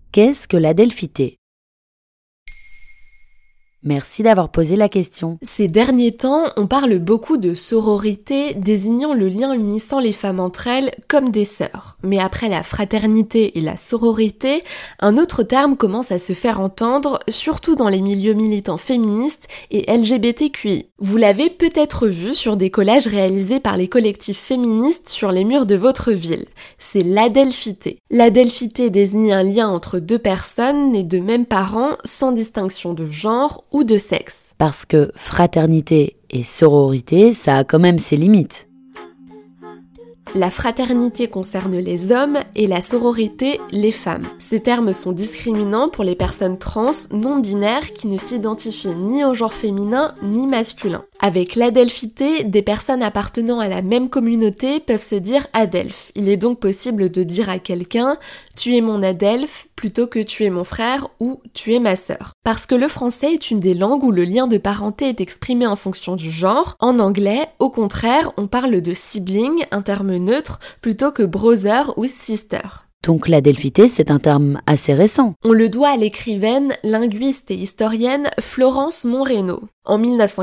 Qu'est-ce que l'adelphité ? Merci d'avoir posé la question. Ces derniers temps, on parle beaucoup de sororité, désignant le lien unissant les femmes entre elles comme des sœurs. Mais après la fraternité et la sororité, un autre terme commence à se faire entendre, surtout dans les milieux militants féministes et LGBTQI. Vous l'avez peut-être vu sur des collages réalisés par les collectifs féministes sur les murs de votre ville. C'est l'adelphité. L'adelphité désigne un lien entre deux personnes nées de mêmes parents sans distinction de genre ou de sexe. Parce que fraternité et sororité, ça a quand même ses limites. La fraternité concerne les hommes et la sororité les femmes. Ces termes sont discriminants pour les personnes trans non binaires qui ne s'identifient ni au genre féminin ni masculin. Avec l'adelphité, des personnes appartenant à la même communauté peuvent se dire adelphes. Il est donc possible de dire à quelqu'un « tu es mon adelphe » plutôt que « tu es mon frère » ou « tu es ma sœur ». Parce que le français est une des langues où le lien de parenté est exprimé en fonction du genre, en anglais, au contraire, on parle de sibling, un terme neutre, plutôt que brother ou sister. Donc l'adelphité, c'est un terme assez récent. On le doit à l'écrivaine, linguiste et historienne Florence Monreno. En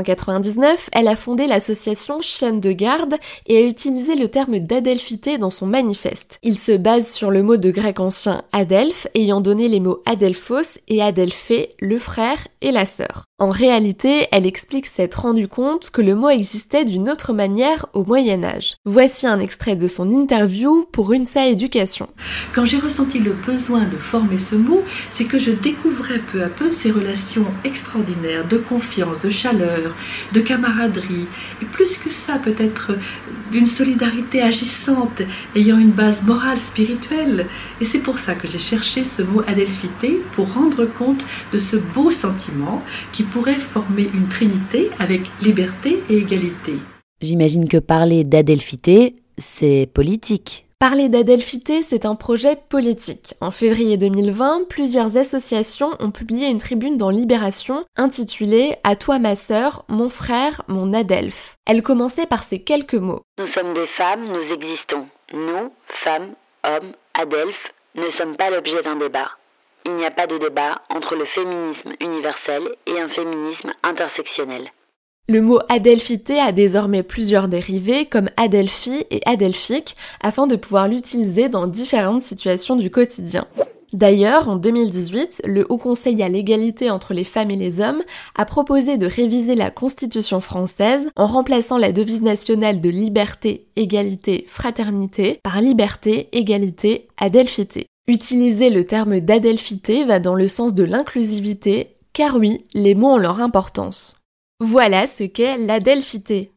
1999, elle a fondé l'association Chienne de Garde et a utilisé le terme d'adelphité dans son manifeste. Il se base sur le mot de grec ancien adelphe, ayant donné les mots adelphos et adelphé, le frère et la sœur. En réalité, elle explique s'être rendue compte que le mot existait d'une autre manière au Moyen-Âge. Voici un extrait de son interview pour UNSA Éducation. Quand j'ai ressenti le besoin de former ce mot, c'est que je découvrais peu à peu ces relations extraordinaires de confiance, de chaleur, de camaraderie, et plus que ça peut-être une solidarité agissante ayant une base morale, spirituelle. Et c'est pour ça que j'ai cherché ce mot adelphité pour rendre compte de ce beau sentiment qui pourrait former une trinité avec liberté et égalité. J'imagine que parler d'adelphité, c'est politique. Parler d'adelphité, c'est un projet politique. En février 2020, plusieurs associations ont publié une tribune dans Libération intitulée « À toi ma sœur, mon frère, mon adelphe ». Elle commençait par ces quelques mots. Nous sommes des femmes, nous existons. Nous, femmes, hommes, adelphes, ne sommes pas l'objet d'un débat. Il n'y a pas de débat entre le féminisme universel et un féminisme intersectionnel. Le mot adelphité a désormais plusieurs dérivés comme adelphie et adelphique afin de pouvoir l'utiliser dans différentes situations du quotidien. D'ailleurs, en 2018, le Haut Conseil à l'égalité entre les femmes et les hommes a proposé de réviser la Constitution française en remplaçant la devise nationale de liberté, égalité, fraternité par liberté, égalité, adelphité. Utiliser le terme d'adelphité va dans le sens de l'inclusivité, car oui, les mots ont leur importance. Voilà ce qu'est l'adelphité.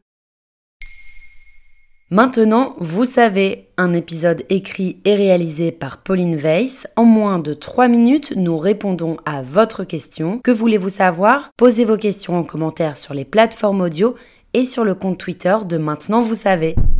Maintenant, vous savez, un épisode écrit et réalisé par Pauline Weiss. En moins de 3 minutes, nous répondons à votre question. Que voulez-vous savoir ? Posez vos questions en commentaire sur les plateformes audio et sur le compte Twitter de Maintenant Vous savez.